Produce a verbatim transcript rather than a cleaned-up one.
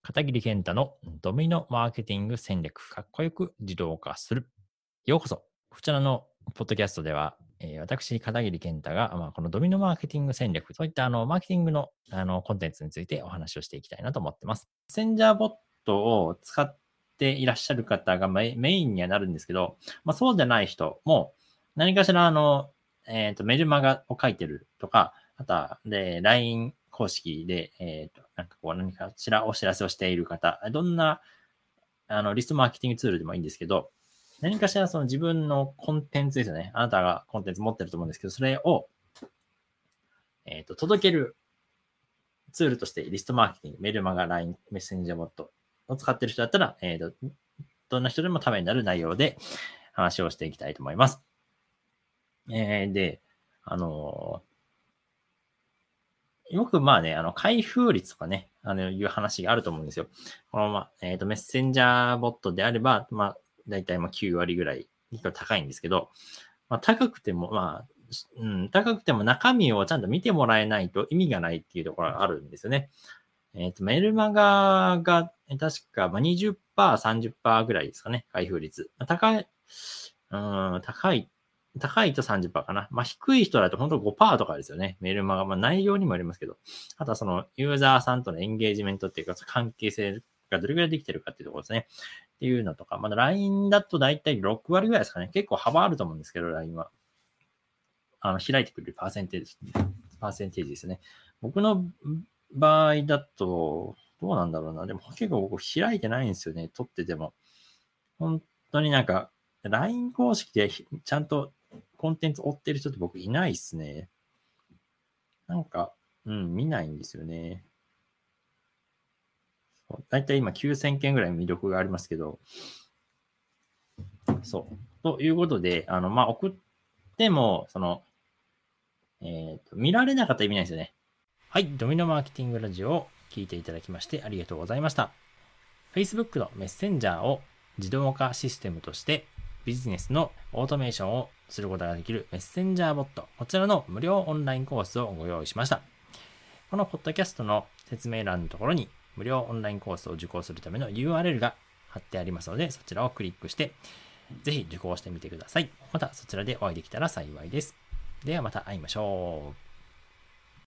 片桐健太のドミノマーケティング戦略、かっこよく自動化する。ようこそ。こちらのポッドキャストでは、えー私、片桐健太が、まあ、このドミノマーケティング戦略、そういったあのマーケティングのあのコンテンツについてお話をしていきたいなと思ってます。メッセンジャーボットを使っていらっしゃる方がメインにはなるんですけど、まあ、そうじゃない人も何かしらあの、えっと、メルマガを書いてるとか、あとは、で、ライン 公式で、えっと、なんかこう何かしらお知らせをしている方、どんな、あの、リストマーケティングツールでもいいんですけど、何かしらその自分のコンテンツですよね。あなたがコンテンツ持ってると思うんですけど、それを、えっと、届けるツールとしてリストマーケティング、メルマガ、ライン、メッセンジャーボットを使ってる人だったら、えっと、どんな人でもためになる内容で話をしていきたいと思います。えー、で、あのーよくまあね、あの、開封率とかね、あの、いう話があると思うんですよ。このまま、えっと、メッセンジャーボットであれば、まあ、だいたいまあきゅう割ぐらい、結構高いんですけど、まあ、高くても、まあ、うん、高くても中身をちゃんと見てもらえないと意味がないっていうところがあるんですよね。えっと、メルマガが、確か、まあ、にじゅっパーセント、さんじゅっパーセントぐらいですかね、開封率。高い、うん、高い、高いと さんじゅっパーセント かな。まあ、低い人だと本当 ごパーセント とかですよね。メルマガ。まあ、内容にもよりますけど。あとはその、ユーザーさんとのエンゲージメントっていうか、関係性がどれくらいできてるかっていうところですね。っていうのとか、まだ ライン だとだいたいろく割ぐらいですかね。結構幅あると思うんですけど、ライン は。あの、開いてくれるパーセンテージ、パーセンテージですね。僕の場合だと、どうなんだろうな。でも結構僕開いてないんですよね。撮ってても。本当になんか、ライン 公式でちゃんとコンテンツ追ってる人って僕いないっすね。なんか、うん、見ないんですよね。だいたい今きゅうせんけんぐらい魅力がありますけど、そう。ということで、あの、まあ、送っても、その、えっと、見られなかったら意味ないですよね。はい、ドミノマーケティングラジオを聞いていただきましてありがとうございました。Facebook のメッセンジャーを自動化システムとしてビジネスのオートメーションをすることができるメッセンジャーボット、こちらの無料オンラインコースをご用意しました。このポッドキャストの説明欄のところに無料オンラインコースを受講するための ユーアールエル が貼ってありますので、そちらをクリックしてぜひ受講してみてください。またそちらでお会いできたら幸いです。ではまた会いましょう。